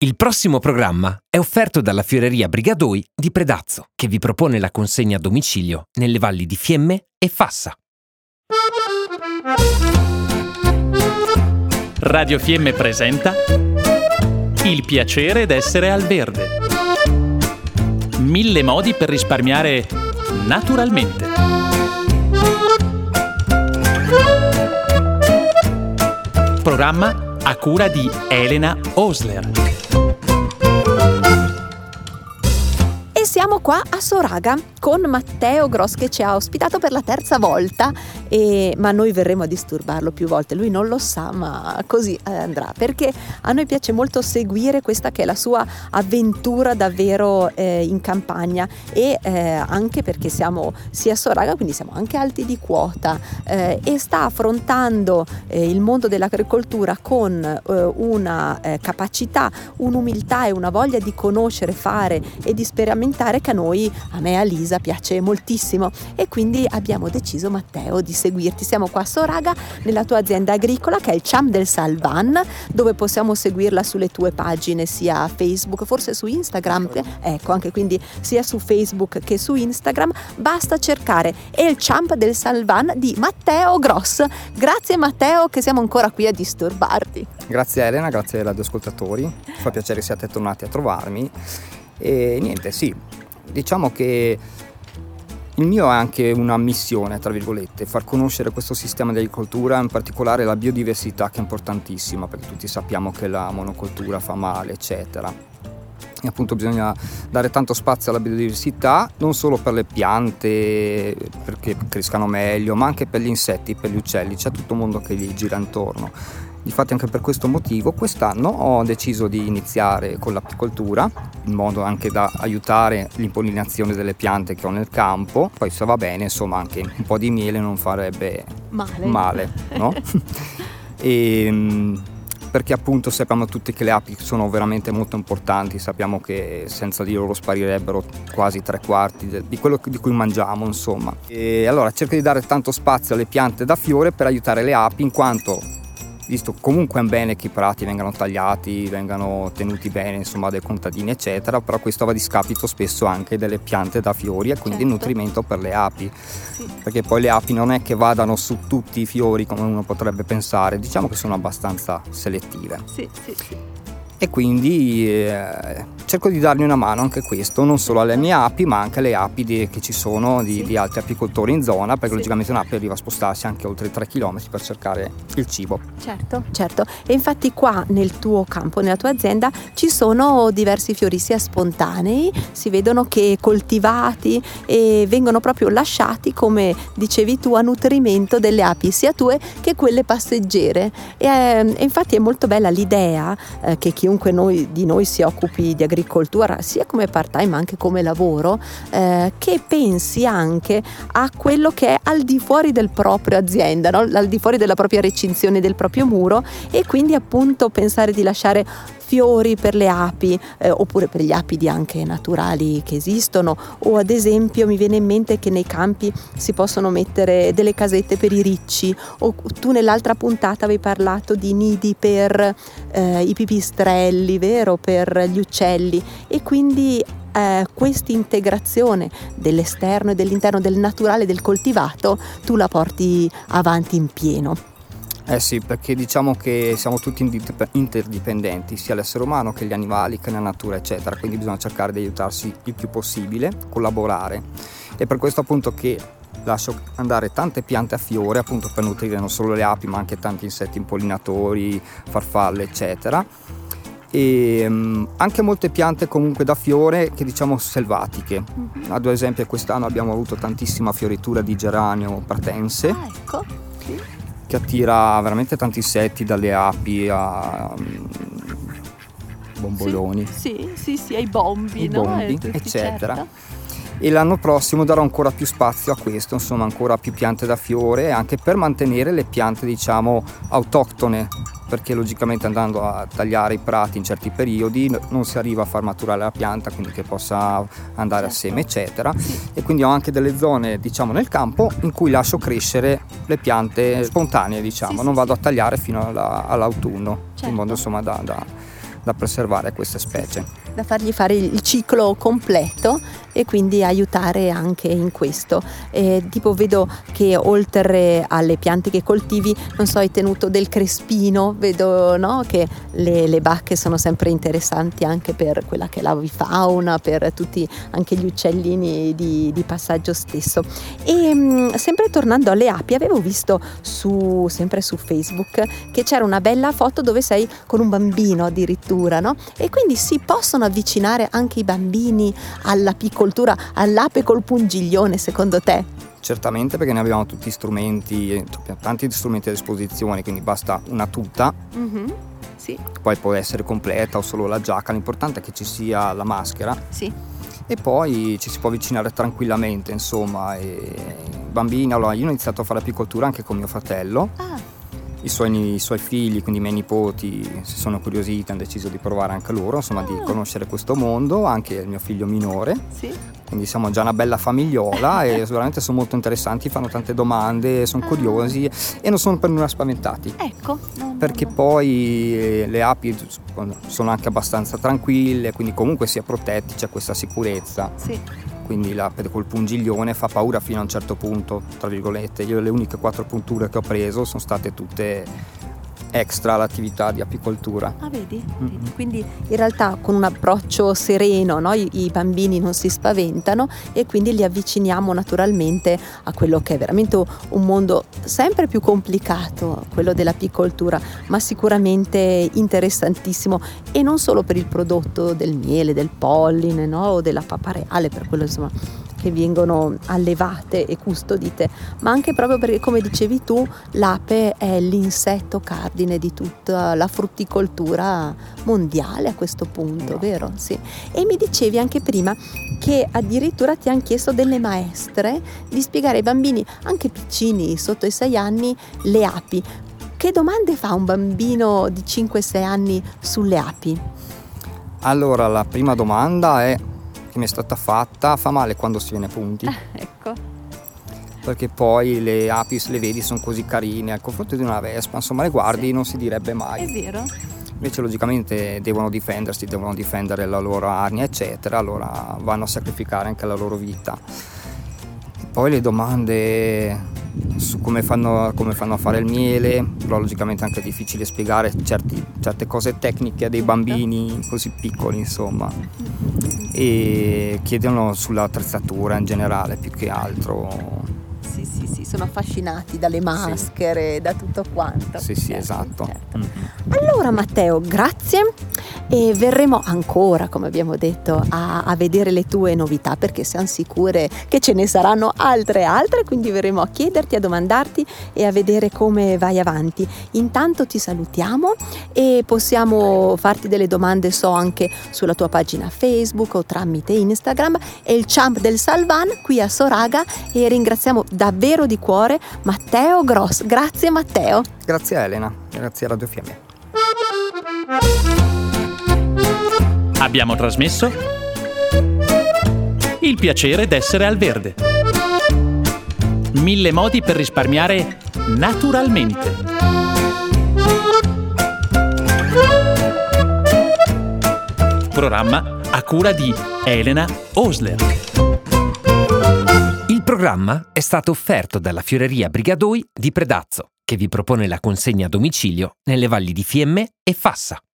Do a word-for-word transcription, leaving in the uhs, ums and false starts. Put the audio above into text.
Il prossimo programma è offerto dalla Fioreria Brigadoi di Predazzo, che vi propone la consegna a domicilio nelle valli di Fiemme e Fassa. Radio Fiemme presenta Il piacere d'essere al verde. Mille modi per risparmiare naturalmente. Programma a cura di Elena Osler. E siamo qua a Soraga con Matteo Gross, che ci ha ospitato per la terza volta, e, ma noi verremo a disturbarlo più volte. Lui non lo sa, ma così andrà, perché a noi piace molto seguire questa che è la sua avventura davvero eh, in campagna, e eh, anche perché siamo sia a Soraga, quindi siamo anche alti di quota, eh, e sta affrontando eh, il mondo dell'agricoltura con eh, una eh, capacità, un'umiltà e una voglia di conoscere, fare e di sperimentare che a noi, a me e a Lisa, piace moltissimo, e quindi abbiamo deciso, Matteo, di seguirti. Siamo qua a Soraga nella tua azienda agricola, che è il Champ del Salvan, dove possiamo seguirla sulle tue pagine sia Facebook, forse su Instagram, ecco, anche quindi sia su Facebook che su Instagram. Basta cercare il Champ del Salvan di Matteo Gross. Grazie Matteo, che siamo ancora qui a disturbarti. Grazie Elena, grazie ai radioascoltatori, fa piacere che siate tornati a trovarmi. E niente, sì, diciamo che il mio è anche una missione, tra virgolette, far conoscere questo sistema di agricoltura, in particolare la biodiversità, che è importantissima, perché tutti sappiamo che la monocoltura fa male, eccetera. E appunto bisogna dare tanto spazio alla biodiversità, non solo per le piante, perché crescano meglio, ma anche per gli insetti, per gli uccelli, c'è tutto un mondo che gli gira intorno. Difatti anche per questo motivo quest'anno ho deciso di iniziare con l'apicoltura, in modo anche da aiutare l'impollinazione delle piante che ho nel campo. Poi se va bene, insomma, anche un po' di miele non farebbe male, male no? e, perché appunto sappiamo tutti che le api sono veramente molto importanti, sappiamo che senza di loro sparirebbero quasi tre quarti di quello di cui mangiamo, insomma. E allora cerco di dare tanto spazio alle piante da fiore per aiutare le api, in quanto, visto comunque è bene che i prati vengano tagliati, vengano tenuti bene, insomma, dai contadini eccetera, però questo va a discapito spesso anche delle piante da fiori e quindi certo. nutrimento per le api, sì. Perché poi le api non è che vadano su tutti i fiori come uno potrebbe pensare, diciamo che sono abbastanza selettive. Sì, sì, sì. E quindi eh, cerco di dargli una mano anche questo, non solo alle mie api ma anche alle api di, che ci sono di, sì. di altri apicoltori in zona, perché sì. logicamente un'ape arriva a spostarsi anche oltre i tre chilometri per cercare il cibo. Certo, certo. E infatti qua nel tuo campo, nella tua azienda, ci sono diversi fiori sia spontanei, si vedono che coltivati, e vengono proprio lasciati, come dicevi tu, a nutrimento delle api, sia tue che quelle passeggere. E, eh, e infatti è molto bella l'idea eh, che chiunque Noi, di noi si occupi di agricoltura sia come part-time ma anche come lavoro, eh, che pensi anche a quello che è al di fuori del proprio azienda, no? Al di fuori della propria recinzione, del proprio muro, e quindi appunto pensare di lasciare fiori per le api, eh, oppure per gli apidi anche naturali che esistono, o ad esempio mi viene in mente che nei campi si possono mettere delle casette per i ricci, o tu nell'altra puntata avevi parlato di nidi per eh, i pipistrelli, vero? Per gli uccelli, e quindi eh, questa integrazione dell'esterno e dell'interno, del naturale e del coltivato, tu la porti avanti in pieno. Eh sì, perché diciamo che siamo tutti interdipendenti, sia l'essere umano che gli animali, che la natura, eccetera, quindi bisogna cercare di aiutarsi il più possibile, collaborare. E per questo appunto che lascio andare tante piante a fiore, appunto per nutrire non solo le api ma anche tanti insetti impollinatori, farfalle, eccetera. E um, anche molte piante comunque da fiore che diciamo selvatiche. Mm-hmm. Ad esempio quest'anno abbiamo avuto tantissima fioritura di geranio pratense. Ah, ecco. Sì. Che attira veramente tanti insetti, dalle api a um, bomboloni, sì, sì, sì, sì, ai bombi, I no? bombi, tutti, eccetera. Certo. E l'anno prossimo darò ancora più spazio a questo, insomma ancora più piante da fiore, anche per mantenere le piante diciamo autoctone, perché logicamente andando a tagliare i prati in certi periodi non si arriva a far maturare la pianta, quindi che possa andare certo. a seme eccetera. E quindi ho anche delle zone diciamo nel campo in cui lascio crescere le piante spontanee, diciamo, sì, non sì, vado sì. a tagliare fino alla, all'autunno, certo. in modo insomma da, da da preservare queste specie. Da fargli fare il ciclo completo e quindi aiutare anche in questo. Eh, tipo vedo che oltre alle piante che coltivi, non so, hai tenuto del crespino, vedo, no, che le, le bacche sono sempre interessanti anche per quella che è l'avifauna, per tutti anche gli uccellini di, di passaggio stesso. E mh, sempre tornando alle api, avevo visto su, sempre su Facebook che c'era una bella foto dove sei con un bambino addirittura, no? E quindi si possono avvicinare anche i bambini all'apicoltura, all'ape col pungiglione, secondo te? Certamente, perché ne abbiamo tutti strumenti, tanti strumenti a disposizione, quindi basta una tuta, Mm-hmm. Sì. poi può essere completa o solo la giacca, l'importante è che ci sia la maschera. Sì. E poi ci si può avvicinare tranquillamente, insomma. E i bambini, allora io ho iniziato a fare apicoltura anche con mio fratello. Ah. I suoi, i suoi figli, quindi i miei nipoti, si sono curiositi, hanno deciso di provare anche loro, insomma, Ah. di conoscere questo mondo, anche il mio figlio minore. Sì. Quindi siamo già una bella famigliola e sicuramente sono molto interessanti, fanno tante domande, sono Ah. curiosi e non sono per nulla spaventati. Ecco. No, no, Perché no. poi eh, le api sono anche abbastanza tranquille, quindi comunque si è protetti, c'è questa sicurezza. Sì. Quindi l'ape col pungiglione fa paura fino a un certo punto, tra virgolette. Io le uniche quattro punture che ho preso sono state tutte extra all'attività di apicoltura. Ah, vedi? Mm-hmm. Vedi? Quindi in realtà con un approccio sereno, no? I, i bambini non si spaventano e quindi li avviciniamo naturalmente a quello che è veramente un mondo sempre più complicato, quello dell'apicoltura, ma sicuramente interessantissimo, e non solo per il prodotto del miele, del polline, no? O della papa reale, per quello insomma che vengono allevate e custodite, ma anche proprio perché, come dicevi tu, l'ape è l'insetto cardine di tutta la frutticoltura mondiale a questo punto, vero? Sì. E mi dicevi anche prima che addirittura ti hanno chiesto delle maestre di spiegare ai bambini, anche piccini, sotto i sei anni, le api. Che domande fa un bambino di cinque sei anni sulle api? Allora, la prima domanda è, che mi è stata fatta: fa male quando si viene punti? Ecco. Perché poi le api, se le vedi, sono così carine al confronto di una vespa, insomma, le guardi, Sì. non si direbbe mai. È vero. Invece logicamente devono difendersi, devono difendere la loro arnia, eccetera, allora vanno a sacrificare anche la loro vita. E poi le domande su come fanno, come fanno a fare il miele, però logicamente anche è difficile spiegare certi, certe cose tecniche a dei bambini così piccoli, insomma. E chiedono sull'attrezzatura in generale, più che altro. Sì, sì, sì, sono affascinati dalle maschere, da tutto quanto. Sì, sì, Certo, esatto. certo. Mm-hmm. Allora Matteo, grazie, e verremo ancora, come abbiamo detto, a, a vedere le tue novità, perché siamo sicure che ce ne saranno altre e altre, quindi verremo a chiederti, a domandarti e a vedere come vai avanti. Intanto ti salutiamo e possiamo farti delle domande, so, anche sulla tua pagina Facebook o tramite Instagram. È il Champ del Salvan qui a Soraga e ringraziamo davvero di cuore Matteo Gross. Grazie Matteo. Grazie a Elena, grazie a Radio Fiemme. Abbiamo trasmesso Il piacere d'essere al verde. Mille modi per risparmiare naturalmente. Programma a cura di Elena Osler. Il programma è stato offerto dalla Fioreria Brigadoi di Predazzo, che vi propone la consegna a domicilio nelle valli di Fiemme e Fassa.